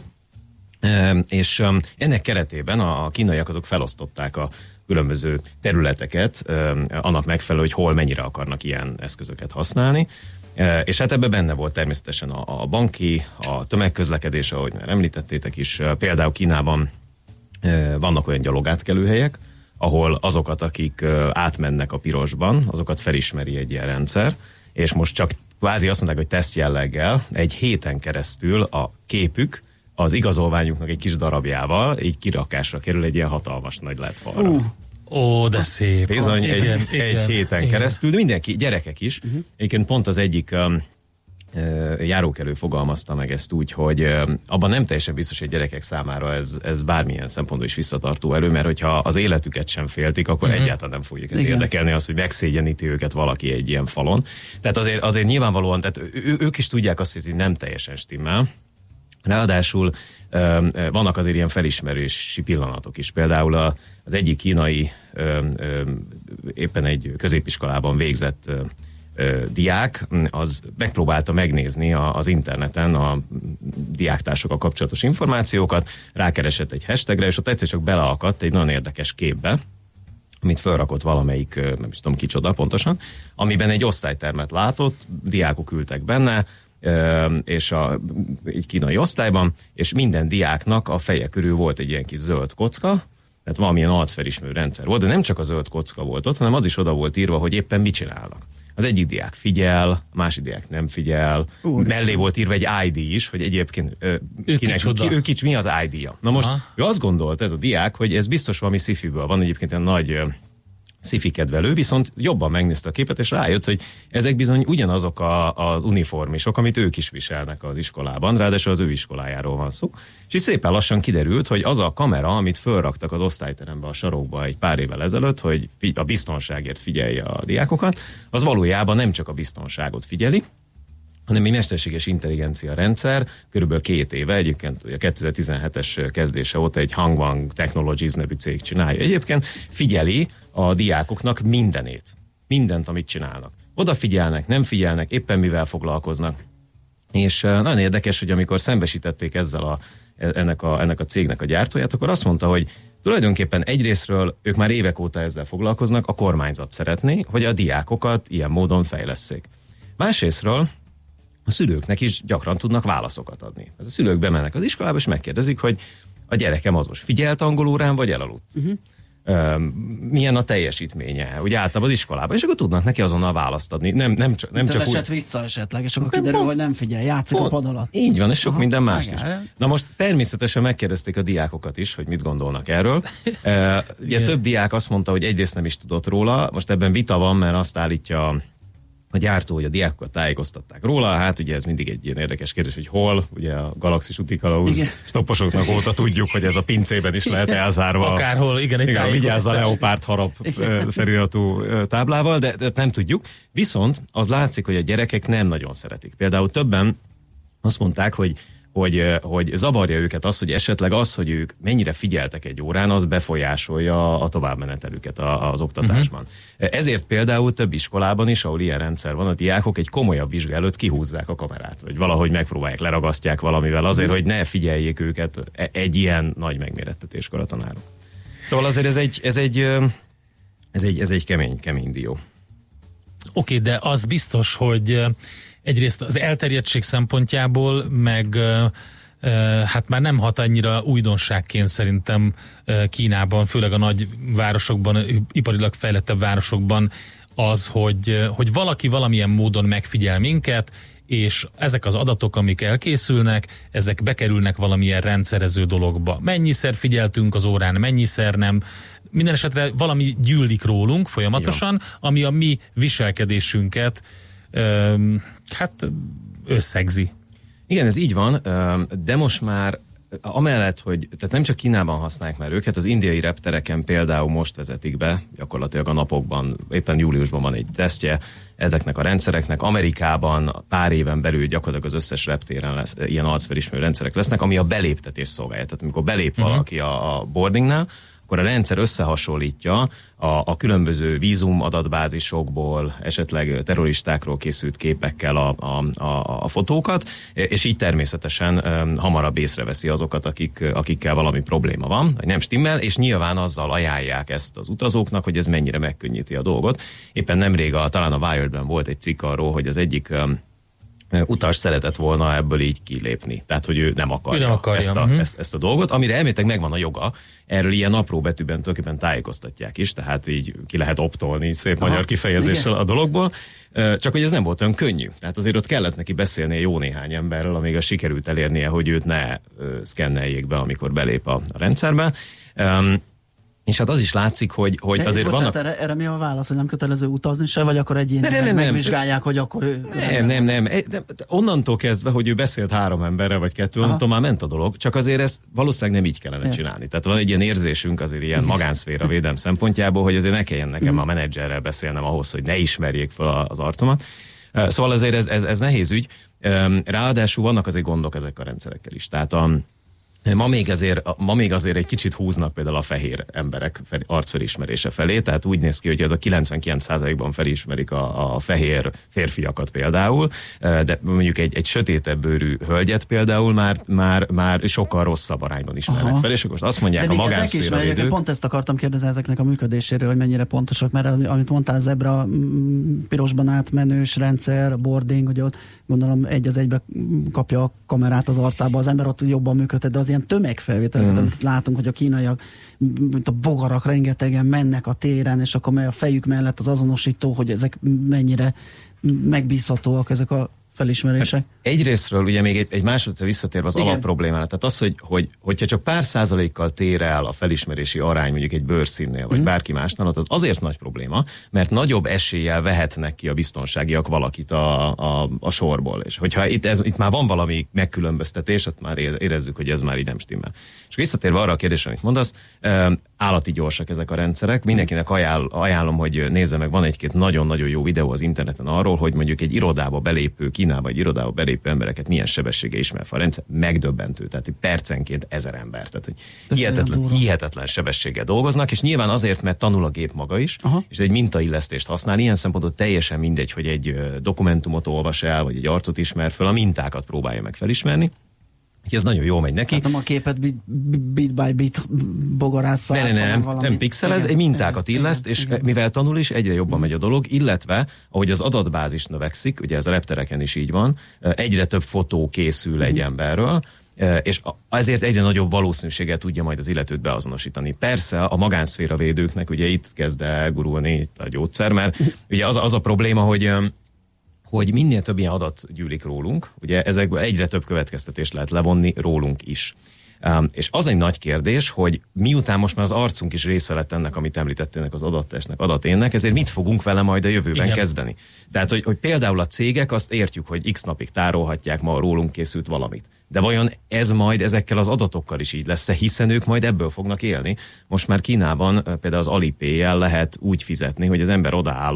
És ennek keretében a kínaiak azok felosztották a különböző területeket annak megfelelő, hogy hol mennyire akarnak ilyen eszközöket használni. És hát ebben benne volt természetesen a banki, a tömegközlekedés, ahogy már említettétek is. Például Kínában vannak olyan gyalogátkelőhelyek, ahol azokat, akik átmennek a pirosban, azokat felismeri egy ilyen rendszer, és most csak kvázi azt mondták, hogy teszt jelleggel egy héten keresztül a képük az igazolványuknak egy kis darabjával így kirakásra kerül egy ilyen hatalmas nagy LED-falra.
Ó, de szép.
Bizony, egy héten keresztül, de mindenki, gyerekek is. Egyébként pont az egyik járókelő fogalmazta meg ezt úgy, hogy abban nem teljesen biztos, hogy gyerekek számára ez bármilyen szempontból is visszatartó erő, mert hogyha az életüket sem féltik, akkor egyáltalán nem fogjuk érdekelni azt, hogy megszégyeníti őket valaki egy ilyen falon. Tehát azért nyilvánvalóan, tehát ők is tudják azt, hogy ez nem teljesen stimmel. Ráadásul vannak azért ilyen felismerési pillanatok is. Például az egyik kínai éppen egy középiskolában végzett diák, az megpróbálta megnézni az interneten a diáktársakkal kapcsolatos információkat, rákeresett egy hashtagre, és ott egyszer csak beleakadt egy nagyon érdekes képbe, amit felrakott valamelyik, nem is tudom kicsoda pontosan, amiben egy osztálytermet látott, diákok ültek benne, és egy kínai osztályban, és minden diáknak a feje körül volt egy ilyen kis zöld kocka, tehát valamilyen arcfelismerő rendszer volt, de nem csak a zöld kocka volt ott, hanem az is oda volt írva, hogy éppen mit csinálnak. Az egyik diák figyel, a másik diák nem figyel, mellé volt írva egy ID is, hogy egyébként mi az ID-ja. Na most ő azt gondolt, ez a diák, hogy ez biztos valami sci-fiből van, egyébként egy nagy sci-fi kedvelő, viszont jobban megnézte a képet, és rájött, hogy ezek bizony ugyanazok az uniformisok, amit ők is viselnek az iskolában, ráadásul az ő iskolájáról van szó. És így szépen lassan kiderült, hogy az a kamera, amit fölraktak az osztályterembe a sarokba egy pár évvel ezelőtt, hogy a biztonságért figyelje a diákokat, az valójában nem csak a biztonságot figyeli, hanem egy mesterséges intelligencia rendszer, körülbelül 2 éve, egyébként a 2017-es kezdése óta egy Hangwang Technologies nevű cég csinálja. Egyébként figyeli a diákoknak mindent, amit csinálnak. Odafigyelnek, nem figyelnek, éppen mivel foglalkoznak. És nagyon érdekes, hogy amikor szembesítették ezzel ennek a cégnek a gyártóját, akkor azt mondta, hogy tulajdonképpen egyrészről ők már évek óta ezzel foglalkoznak, a kormányzat szeretné, hogy a diákokat ilyen módon fejlesszék. Másrészről a szülőknek is gyakran tudnak válaszokat adni. A szülők bemennek az iskolába, és megkérdezik, hogy a gyerekem az most figyelt angolórán, vagy elaludt. Milyen a teljesítménye, úgy általában az iskolában, és akkor tudnak neki azonnal választ adni. Nem csak
úgy... vissza esetleg, és akkor kiderül, hogy nem figyel, játszik a pad alatt.
Így van, és sok minden más is. Na most természetesen megkérdezték a diákokat is, hogy mit gondolnak erről. Ugye több diák azt mondta, hogy egyrészt nem is tudott róla, most ebben vita van, mert azt állítja a gyártó, hogy a diákokat tájékoztatták róla, hát ugye ez mindig egy ilyen érdekes kérdés, hogy hol, ugye a Galaxis útikalauz stopposoknak óta tudjuk, hogy ez a pincében is lehet elzárva.
Akárhol, igen,
vigyázz a leopárd harap feliratú táblával, de nem tudjuk. Viszont az látszik, hogy a gyerekek nem nagyon szeretik. Például többen azt mondták, hogy zavarja őket az, hogy esetleg az, hogy ők mennyire figyeltek egy órán, az befolyásolja a továbbmenetelüket az oktatásban. Ezért például több iskolában is, ahol ilyen rendszer van, a diákok egy komolyabb vizsga előtt kihúzzák a kamerát, vagy valahogy megpróbálják, leragasztják valamivel azért, hogy ne figyeljék őket egy ilyen nagy megmérettetéskor a tanárok. Szóval azért ez egy kemény dió.
Oké, de az biztos, hogy egyrészt az elterjedtség szempontjából, meg hát már nem hat annyira újdonságként szerintem Kínában, főleg a nagy városokban, iparilag fejlettebb városokban az, hogy valaki valamilyen módon megfigyel minket, és ezek az adatok, amik elkészülnek, ezek bekerülnek valamilyen rendszerező dologba. Mennyiszer figyeltünk az órán, mennyiszer nem. Minden esetre valami gyűlik rólunk folyamatosan, ami a mi viselkedésünket hát összegzi.
Igen, ez így van, de most már amellett, hogy tehát nem csak Kínában használják már őket, az indiai reptereken például most vezetik be, gyakorlatilag a napokban, éppen júliusban van egy tesztje ezeknek a rendszereknek. Amerikában pár éven belül gyakorlatilag az összes reptéren lesz, ilyen arcfelismerő rendszerek lesznek, ami a beléptetés szolgálja. Tehát amikor belép valaki a boardingnál, akkor a rendszer összehasonlítja a különböző vízum adatbázisokból, esetleg terroristákról készült képekkel a fotókat, és így természetesen hamarabb észreveszi azokat, akikkel valami probléma van, vagy nem stimmel, és nyilván azzal ajánlják ezt az utazóknak, hogy ez mennyire megkönnyíti a dolgot. Éppen nemrég talán a Wired-ben volt egy cikk arról, hogy az egyik utas szeretett volna ebből így kilépni. Tehát, hogy ő nem akarja. Ezt a dolgot, amire elméletek megvan a joga. Erről ilyen apró betűben tulajdonképpen tájékoztatják is, tehát így ki lehet optolni szép magyar kifejezéssel a dologból. Csak hogy ez nem volt olyan könnyű. Tehát azért ott kellett neki beszélnie jó néhány emberrel, amíg az sikerült elérnie, hogy őt ne szkenneljék be, amikor belép a rendszerbe. És hát az is látszik, hogy azért
bocsánat,
vannak...
Erre mi a válasz, hogy nem kötelező utazni se, vagy akkor egyénileg megvizsgálják, hogy akkor ő...
Nem. De onnantól kezdve, hogy ő beszélt 3 emberrel, vagy 2, onnantól már ment a dolog, csak azért ezt valószínűleg nem így kellene csinálni. Tehát van egy ilyen érzésünk azért ilyen magánszféra védelem szempontjából, hogy azért ne kelljen nekem a menedzserrel beszélnem ahhoz, hogy ne ismerjék fel az arcomat. Szóval azért ez nehéz ügy. Ráadásul vannak azért gondok ezek a rendszerekkel is. Tehát Ma még azért egy kicsit húznak például a fehér emberek arcfelismerése felé, tehát úgy néz ki, hogy ez a 99%-ban felismerik a fehér férfiakat például, de mondjuk egy sötétebb bőrű hölgyet például már sokkal rosszabb arányban ismernek fel, és akkor most azt mondják a magánszféra védők.
Pont ezt akartam kérdezni ezeknek a működéséről, hogy mennyire pontosak, mert amit mondtál, zebra, pirosban átmenős rendszer, boarding, hogy ott gondolom egy az egybe kapja a kamerát az arcába, az ember ott jobban működhet, de az ilyen tömegfelvételeket, amit látunk, hogy a kínaiak, mint a bogarak rengetegen mennek a téren, és akkor a fejük mellett az azonosító, hogy ezek mennyire megbízhatóak ezek a felismerések.
Hát egyrésztről ugye még egy másodszor visszatérve az alapproblémára, tehát az, hogyha csak pár százalékkal tér el a felismerési arány mondjuk egy bőrszínnél, vagy bárki másnál, az azért nagy probléma, mert nagyobb eséllyel vehetnek ki a biztonságiak valakit a sorból. És hogyha itt már van valami megkülönböztetés, ott már érezzük, hogy ez már így nem stimmel. És visszatérve arra a kérdésre, amit mondasz, állati gyorsak ezek a rendszerek. Mindenkinek ajánlom, hogy nézze meg, van egy-két nagyon-nagyon jó videó az interneten arról, hogy mondjuk egy irodába belépő, Kínába egy irodába belépő embereket milyen sebessége ismer fel a rendszer. Megdöbbentő, tehát percenként 1000 ember. Tehát, hogy hihetetlen sebességgel dolgoznak, és nyilván azért, mert tanul a gép maga is, és egy mintaillesztést használ. Ilyen szempontból teljesen mindegy, hogy egy dokumentumot olvas el, vagy egy arcot ismer fel, a mintákat próbálja meg felismerni. Ez nagyon jól megy neki.
Hát nem a képet bit by bit bogarásza.
Nem pixelez, egy mintákat illeszt, és mivel tanul is, egyre jobban megy a dolog, illetve, ahogy az adatbázis növekszik, ugye ez a reptereken is így van, egyre több fotó készül egy emberről, és ezért egyre nagyobb valószínűséggel tudja majd az illetőt beazonosítani. Persze a magánszféra védőknek ugye itt kezd elgurulni itt a gyógyszer, mert ugye az a probléma, hogy minél több ilyen adat gyűlik rólunk, ugye ezekből egyre több következtetést lehet levonni rólunk is. És az egy nagy kérdés, hogy miután most már az arcunk is része lett ennek, amit említettének az adattestnek, adaténnek, ezért mit fogunk vele majd a jövőben kezdeni? Tehát, hogy például a cégek azt értjük, hogy x napig tárolhatják ma rólunk készült valamit. De vajon ez majd ezekkel az adatokkal is így lesz, hiszen ők majd ebből fognak élni. Most már Kínában például az Alipay-jel lehet úgy fizetni, hogy az ember odaáll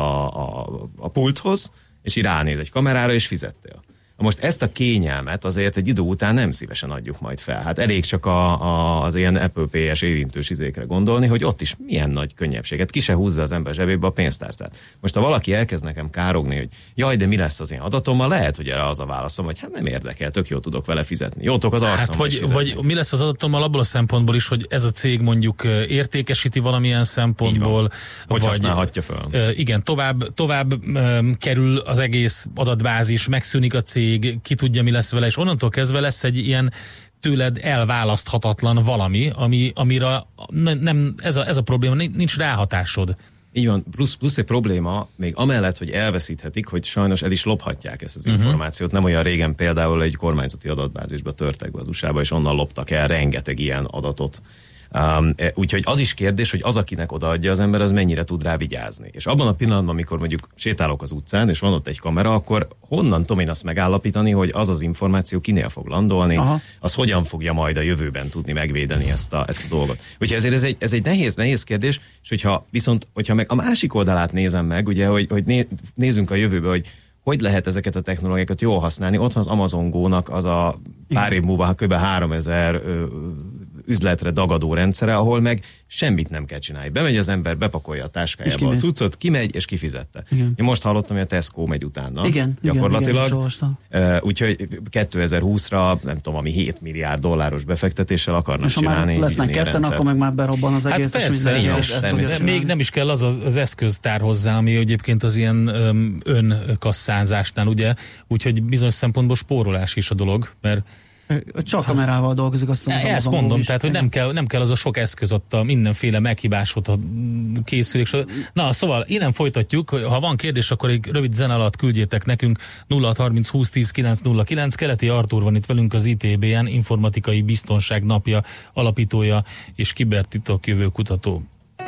a pulthoz, és így ránéz egy kamerára, és fizettél. Most ezt a kényelmet azért egy idő után nem szívesen adjuk majd fel. Hát elég csak az ilyen Apple Pay-es érintős izékre gondolni, hogy ott is milyen nagy könnyebbséget. Ki se húzza az ember zsebébe a pénztárcát. Most ha valaki elkezd nekem károgni, hogy jaj, de mi lesz az én adatommal, lehet, hogy erre az a válaszom, hogy hát nem érdekel, tök jól tudok vele fizetni. Jó tudok az arcommal is fizetni.
Vagy mi lesz az adatommal abból a szempontból is, hogy ez a cég mondjuk értékesíti valamilyen szempontból.
Hogy használhatja föl.
Igen, tovább kerül az egész adatbázis, megszűnik a cég, ki tudja, mi lesz vele, és onnantól kezdve lesz egy ilyen tőled elválaszthatatlan valami, amire nem ez a probléma, nincs ráhatásod.
Így van, plusz egy probléma, még amellett, hogy elveszíthetik, hogy sajnos el is lophatják ezt az információt. Nem olyan régen például egy kormányzati adatbázisba törtek be az USA-ba, és onnan loptak el rengeteg ilyen adatot. Úgyhogy az is kérdés, hogy az, akinek odaadja az ember, az mennyire tud rá vigyázni. És abban a pillanatban, amikor mondjuk sétálok az utcán, és van ott egy kamera, akkor honnan tudom én azt megállapítani, hogy az az információ kinél fog landolni, az hogyan fogja majd a jövőben tudni megvédeni ezt a dolgot. Úgyhogy ezért ez egy nehéz kérdés, és hogyha meg a másik oldalát nézem meg, ugye, hogy nézzünk a jövőbe, hogy lehet ezeket a technológiákat jól használni. Ott van az Amazon Go-nak az a pár év múlva kb. 3000 üzletre dagadó rendszere, ahol meg semmit nem kell csinálni. Bemegy az ember, bepakolja a táskájába a cuccot, kimegy és kifizette. Igen. Én most hallottam, hogy a Tesco megy utána. Gyakorlatilag. Úgyhogy 2020-ra, nem tudom, ami 7 milliárd dolláros befektetéssel akarnak csinálni.
És ha lesznek ketten, akkor meg már berobban az egész.
Hát persze, még nem is kell az eszköztár hozzá, ami egyébként az ilyen önkasszázásnál, ugye? Úgyhogy bizonyos szempontból spórolás is a dolog, mert
csak kamerával dolgozik, azt hiszem.
Ezt mondom, tehát, hogy nem kell az a sok eszköz ott a mindenféle meghibásot a készülék. Na, szóval innen folytatjuk, ha van kérdés, akkor egy rövid zene alatt küldjétek nekünk 0630 20 10 909. Keleti Artúr van itt velünk, az ITBN Informatikai Biztonság Napja alapítója és kibertitokjövő kutató.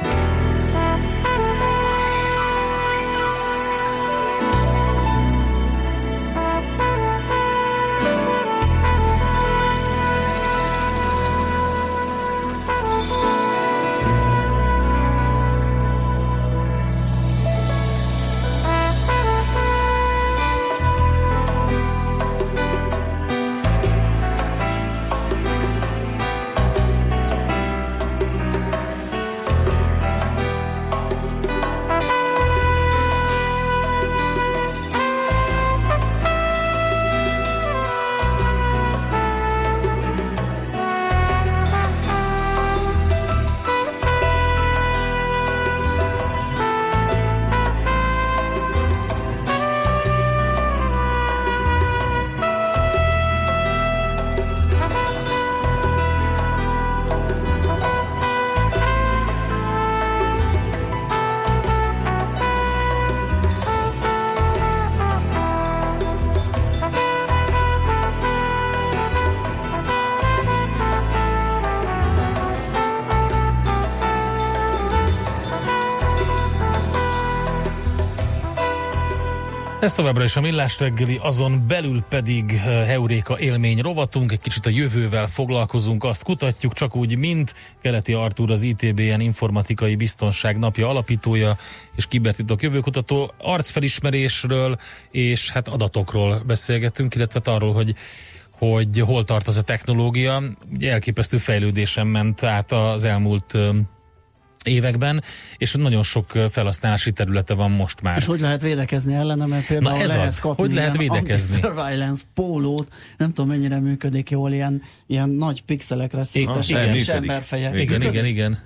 Ez továbbra is a Millás reggeli, azon belül pedig Heuréka élmény rovatunk, egy kicsit a jövővel foglalkozunk, azt kutatjuk, csak úgy, mint Keleti Artúr, az ITBN Informatikai Biztonság Napja alapítója és kibertitok jövőkutató. Arcfelismerésről és hát adatokról beszélgetünk, illetve arról, hogy hol tart az a technológia. Ugye elképesztő fejlődésen ment át az elmúlt években, és nagyon sok felhasználási területe van most már.
És hogy lehet védekezni ellene, mert például lehet kapni
hogy lehet védekezni?
Anti-surveillance pólót, nem tudom mennyire működik jól, ilyen nagy pixelekre szétes emberfeje.
Igen.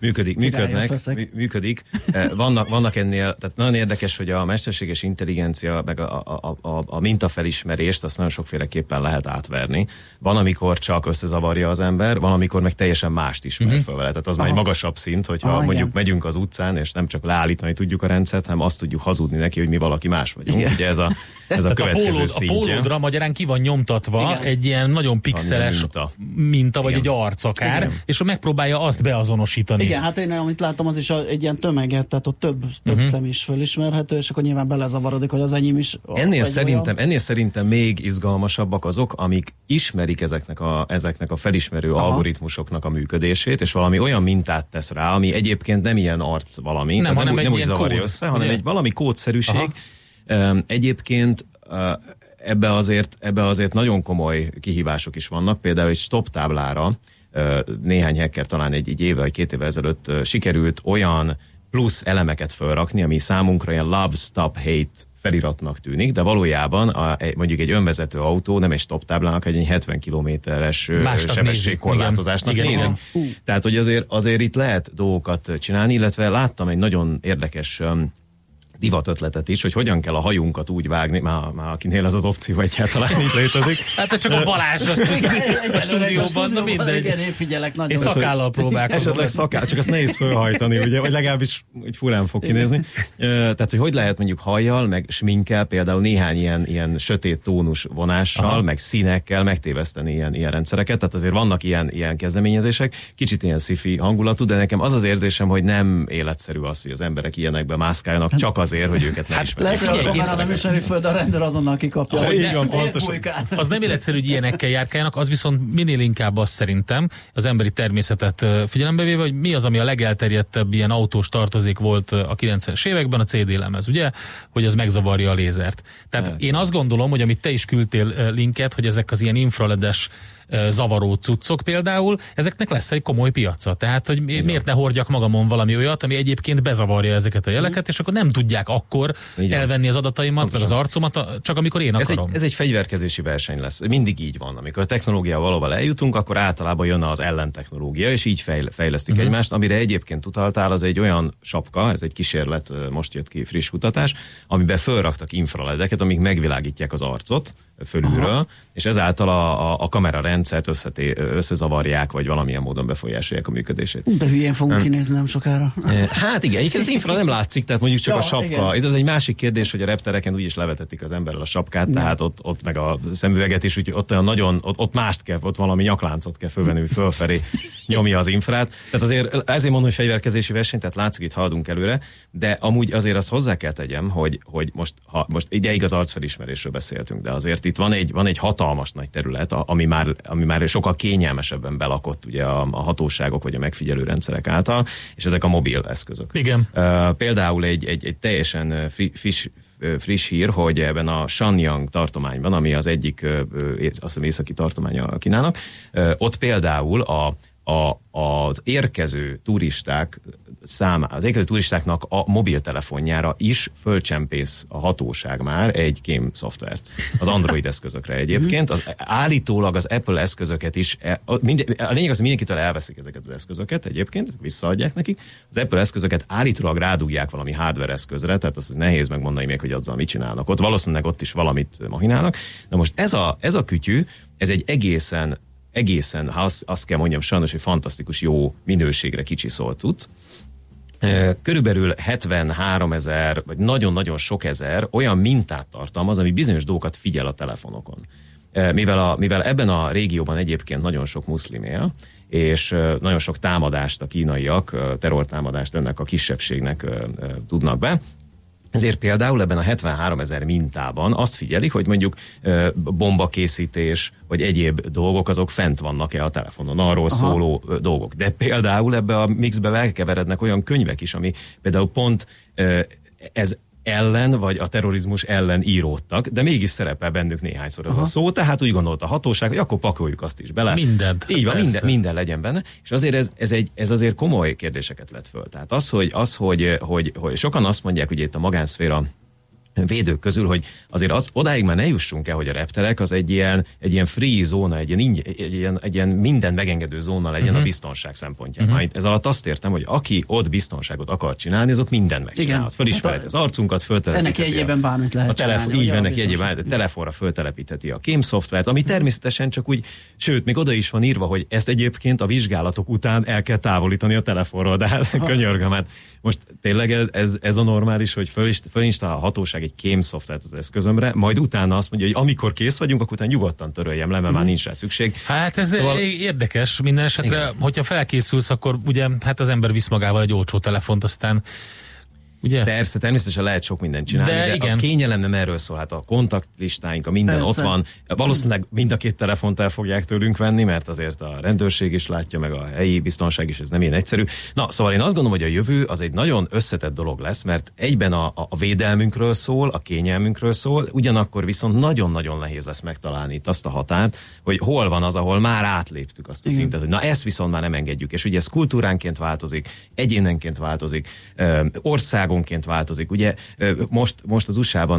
Működik. Vannak ennél, tehát nagyon érdekes, hogy a mesterséges intelligencia, meg a mintafelismerést azt nagyon sokféleképpen lehet átverni. Van, amikor csak összezavarja az ember, van, amikor meg teljesen mást ismer fel vele. Tehát az már egy magasabb szint, hogyha mondjuk megyünk az utcán, és nem csak leállítani tudjuk a rendszert, hanem azt tudjuk hazudni neki, hogy mi valaki más vagyunk. Igen. Ugye ez a következő szintje.
A pólódra magyarán ki van nyomtatva igen. egy ilyen nagyon pixeles minta vagy egy arc akár, igen. és megpróbálja azt beazonosítani.
Igen, hát én amit látom, az is egy ilyen tömeget, tehát ott több szem is fölismerhető, és akkor nyilván belezavarodik, hogy az enyém is.
Ennél szerintem még izgalmasabbak azok, amik ismerik ezeknek a felismerő algoritmusoknak a működését, és valami olyan mintát tesz rá, ami egyébként nem ilyen arc valami, nem úgy zavarja kód, össze, hanem egy valami kódszerűség. Egyébként ebbe azért nagyon komoly kihívások is vannak, például egy stop táblára néhány hacker talán egy éve vagy 2 évvel ezelőtt sikerült olyan plusz elemeket felrakni, ami számunkra ilyen love, stop, hate feliratnak tűnik, de valójában mondjuk egy önvezető autó nem egy stop táblának, egy 70 kilométeres sebességkorlátozásnak nézik. Tehát, hogy azért itt lehet dolgokat csinálni, illetve láttam egy nagyon érdekes divatötletet is, hogy hogyan kell a hajunkat úgy vágni, már akinél ez az opció egyáltalán így létezik.
Hát csak a Balázs a stúdióban, na mindegy.
Én figyelek nagyon.
Én szakállal próbálkozom.
Esetleg szakáll, csak azt nehéz fölhajtani, ugye, vagy legalábbis úgy furán fog kinézni. Tehát, hogy lehet mondjuk hajjal, meg sminkkel, például néhány ilyen sötét tónus vonással, meg színekkel megtéveszteni ilyen rendszereket. Tehát azért vannak ilyen kezdeményezések, kicsit ilyen sci-fi hangulatú, de nekem az érzésem, hogy nem életszerű az, hogy az emberek ilyenekbe mászkáljanak, csak azért, hogy őket ne ismerjék.
Legfeljebb nem ismeri föl, de a rendőr azonnal kikapja.
Így van, pontosan.
Az nem életszerű, hogy ilyenekkel járkáljanak, az viszont minél inkább az szerintem, az emberi természetet figyelembe véve, hogy mi az, ami a legelterjedtebb ilyen autós tartozék volt a 90-es években, a CD lemez, ugye? Hogy az megzavarja a lézert. Tehát én azt gondolom, hogy amit te is küldtél linket, hogy ezek az ilyen infraledes zavaró cuccok például, ezeknek lesz egy komoly piaca. Tehát, hogy miért ne hordjak magamon valami olyat, ami egyébként bezavarja ezeket a jeleket, és akkor nem tudják akkor elvenni az adataimat, meg az arcomat, csak amikor én akarom.
Ez egy fegyverkezési verseny lesz. Mindig így van. Amikor a technológiával valahol eljutunk, akkor általában jön az ellentechnológia, és így fejlesztik egymást. Amire egyébként utaltál, az egy olyan sapka, ez egy kísérlet, most jött ki friss kutatás, amiben fölraktak infraledeket, amik megvilágítják az arcot fölülről, és ezáltal a kamerarendszert összezavarják, vagy valamilyen módon befolyásolják a működését.
De hülyén fogunk kinézni nem sokára.
Hát igen, az infra nem látszik, tehát mondjuk csak a sapka. Ez egy másik kérdés, hogy a reptereken úgyis levetetik az emberrel a sapkát, tehát ott meg a szemüveget is, úgyhogy ott olyan nagyon, ott mást kell, ott valami nyakláncot kell fölvenni, hogy fölfelé nyomja az infrát. Tehát ezért mondom, hogy fegyverkezési verseny, tehát látszik, itt haladunk előre, de amúgy azért azt hozzá kell tegyem, hogy most ideig az arcfelismerésről beszéltünk, de azért itt van egy hatalmas nagy terület, ami már sokkal kényelmesebben belakott ugye a hatóságok vagy a megfigyelő rendszerek által, és ezek a mobil eszközök.
Igen.
Például egy teljesen friss hír, hogy ebben a Shenyang tartományban, ami az egyik azt hiszem északi tartománya Kínának, ott például az érkező turistáknak a mobiltelefonjára is fölcsempész a hatóság már egy kém szoftvert. Az Android eszközökre egyébként. Állítólag az Apple eszközöket is, a lényeg az, hogy mindenkitől elveszik ezeket az eszközöket egyébként, visszaadják nekik. Az Apple eszközöket állítólag rádugják valami hardware eszközre, tehát az nehéz megmondani még, hogy azzal mit csinálnak. Ott valószínűleg ott is valamit machinálnak. Na most ez a kütyű, ez egy egészen, azt kell mondjam sajnos, hogy fantasztikus jó minőségre kicsiszolt cucc. Körülbelül 73 000, vagy nagyon-nagyon sok ezer olyan mintát tartalmaz, ami bizonyos dolgokat figyel a telefonokon. Mivel ebben a régióban egyébként nagyon sok muszlim él, és nagyon sok támadást a kínaiak, terrortámadást ennek a kisebbségnek tudnak be, ezért például ebben a 73 000 mintában azt figyelik, hogy mondjuk bombakészítés, vagy egyéb dolgok, azok fent vannak-e a telefonon, arról szóló dolgok. De például ebbe a mixbe elkeverednek olyan könyvek is, ami például pont ez ellen, vagy a terrorizmus ellen íródtak, de mégis szerepel bennük néhányszor ez a szó, tehát úgy gondolta a hatóság, hogy akkor pakoljuk azt is bele.
Mindent.
Így van, minden legyen benne, és azért ez azért komoly kérdéseket vet föl. Tehát hogy sokan azt mondják, hogy itt a magánszféra védők közül, hogy azért odáig már ne jussunk el, hogy a repterek az egy ilyen free zóna, egy ilyen minden megengedő zóna legyen a biztonság szempontjából. Ez alatt azt értem, hogy aki ott biztonságot akar csinálni, az ott mindent megcsinálhat. Fölismerheti az arcunkat, föltelepítheti.
Ennek jegyében bármit lehet csinálni.
Így ennek jegyében, a telefonra föltelepítheti a kémszoftvert, ami természetesen csak úgy, sőt, még oda is van írva, hogy ezt egyébként a vizsgálatok után el kell távolítani a telefonról, de hát könyörgöm, hát most tényleg ez a normális, hogy fölinstalál a hatóság egy kémszoftvert az eszközömre, majd utána azt mondja, hogy amikor kész vagyunk, akkor utána nyugodtan töröljem le, mert már nincs rá szükség.
Hát ez érdekes minden esetre, igen. Hogyha felkészülsz, akkor ugye hát az ember visz magával egy olcsó telefont, aztán ugye?
Persze, természetesen lehet sok mindent csinálni, de igen. A kényelem nem erről szól, hát a kontaktlistáink, a minden persze. Ott van. Valószínűleg mind a két telefont el fogják tőlünk venni, mert azért a rendőrség is látja, meg a helyi biztonság is, ez nem ilyen egyszerű. Na, szóval én azt gondolom, hogy a jövő az egy nagyon összetett dolog lesz, mert egyben a védelmünkről szól, a kényelmünkről szól, ugyanakkor viszont nagyon-nagyon nehéz lesz megtalálni itt azt a határt, hogy hol van az, ahol már átléptük azt a szintet, hogy na ezt viszont már nem engedjük. És ugye ez kultúránként változik, egyénenként változik, országonként változik. Ugye most az USA-ban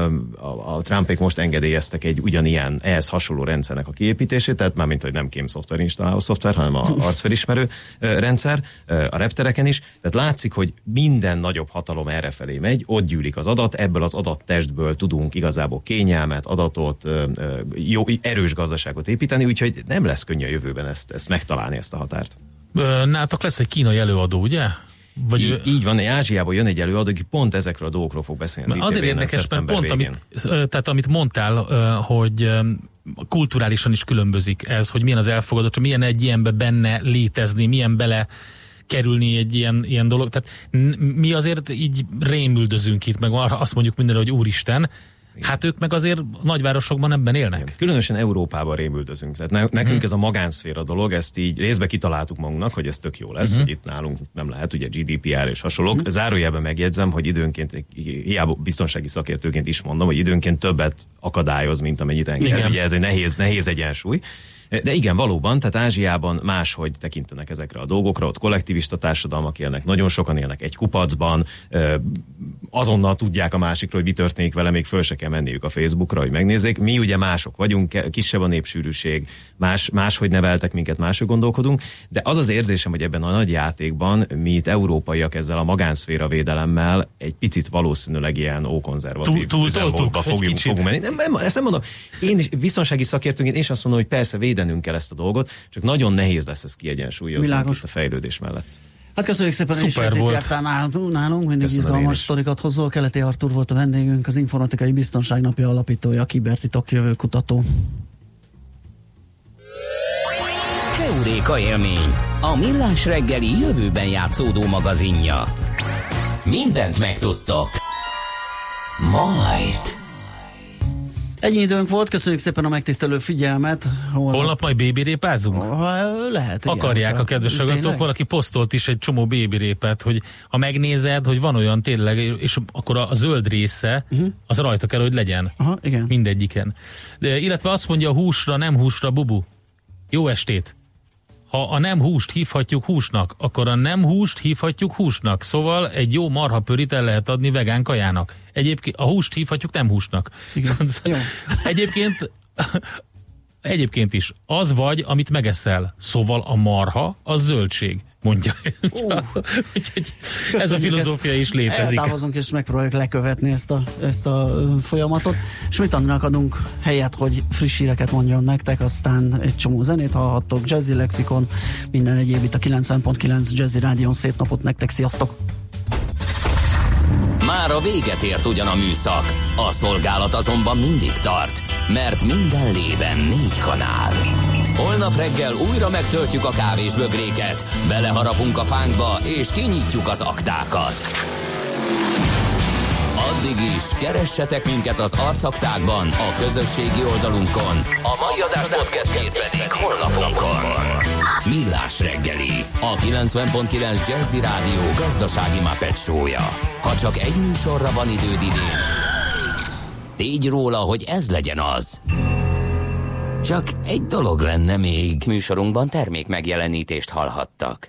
a Trumpék most engedélyeztek egy ugyanilyen ehhez hasonló rendszernek a kiépítését, tehát mármint, hogy nem kémszoftver installáló szoftver, hanem a arcfelismerő rendszer a reptereken is. Tehát látszik, hogy minden nagyobb hatalom errefelé megy, ott gyűlik az adat, ebből az adattestből tudunk igazából kényelmet, adatot, jó, erős gazdaságot építeni, úgyhogy nem lesz könnyű a jövőben ezt megtalálni, ezt a határt.
Nátok lesz egy kínai előadó, ugye?
Vagy így van, Ázsiából jön egy előadó, aki pont ezekről a dolgokról fog beszélni.
Azért érdekes, mert pont amit mondtál, hogy kulturálisan is különbözik ez, hogy milyen az elfogadott, milyen egy ilyenbe benne létezni, milyen bele kerülni egy ilyen dolog. Tehát mi azért így rémüldözünk itt, meg azt mondjuk mindenre, hogy úristen, hát ők meg azért nagyvárosokban ebben élnek. Igen.
Különösen Európában rémüldözünk. Tehát nekünk ez a magánszféra dolog, ezt így részbe kitaláltuk magunknak, hogy ez tök jó lesz, hogy itt nálunk nem lehet, ugye GDPR és hasonlók. Zárójelben megjegyzem, hogy időnként, hiába biztonsági szakértőként is mondom, hogy időnként többet akadályoz, mint amennyit enged. Ugye ez egy nehéz egyensúly. De igen, valóban, tehát Ázsiában máshogy tekintenek ezekre a dolgokra, ott kollektivista társadalmak élnek, nagyon sokan élnek egy kupacban, azonnal tudják a másikról, hogy mi történik vele, még föl se kell menniük a Facebookra, hogy megnézzék. Mi ugye mások vagyunk, kisebb a népsűrűség, máshogy neveltek minket, máshogy gondolkodunk, de az az érzésem, hogy ebben a nagy játékban mi itt európaiak ezzel a magánszféra védelemmel egy picit valószínűleg ilyen ókonzervatív üzemmódba fogunk menni. Ezt nem mondom. Én is biztonsági szakértőként és azt mondom, hogy persze védenünk kell ezt a dolgot, csak nagyon nehéz lesz ez kiegyensúlyozni a fejlődés mellett.
Hát köszönjük szépen, hogy jártál nálunk, mindig izgalmas sztorikat hozol. Keleti Artúr volt a vendégünk, az Informatikai Biztonság Napja alapítója, a kibertitok jövő kutató.
Heuréka élmény, a Millás reggeli jövőben játszódó magazinja. Mindent megtudtok. Majd.
Ennyi időnk volt, köszönjük szépen a megtisztelő figyelmet.
Holnap majd babyrépázunk?
Lehet,
igen. Akarják a kedves hallgatók, valaki posztolt is egy csomó babyrépet, hogy ha megnézed, hogy van olyan tényleg, és akkor a zöld része, az rajta kell, hogy legyen.
Aha, igen.
Mindegyiken. De, illetve azt mondja, húsra, nem húsra, bubu. Jó estét! Ha a nem húst hívhatjuk húsnak, akkor a nem húst hívhatjuk húsnak. Szóval egy jó marhapörit el lehet adni vegán kajának. Egyébként a húst hívhatjuk nem húsnak. Egyébként is. Az vagy, amit megeszel. Szóval a marha, az zöldség, mondja. Ez a filozófia is létezik.
Eltávozunk és megpróbáljuk lekövetni ezt a folyamatot. Schmidt Andrának adunk helyet, hogy friss híreket mondjon nektek, aztán egy csomó zenét hallhattok, Jazzy Lexikon, minden egyéb itt a 90.9 Jazzy Rádión. Szép napot nektek, sziasztok!
Már a véget ért ugyan a műszak, a szolgálat azonban mindig tart, mert minden lében 4 kanál. Holnap reggel újra megtöltjük a kávésbögréket, beleharapunk a fánkba és kinyitjuk az aktákat. Addig is keressetek minket az arcaktákban, a közösségi oldalunkon, a mai adás podcastjét pedig honlapunkon. Millás reggeli, a 90.9 Jazzy Rádió gazdasági Muppet show-ja. Ha csak egy műsorra van időd idén, tégy róla, hogy ez legyen az. Csak egy dolog lenne még. Műsorunkban termék megjelenítést hallhattak.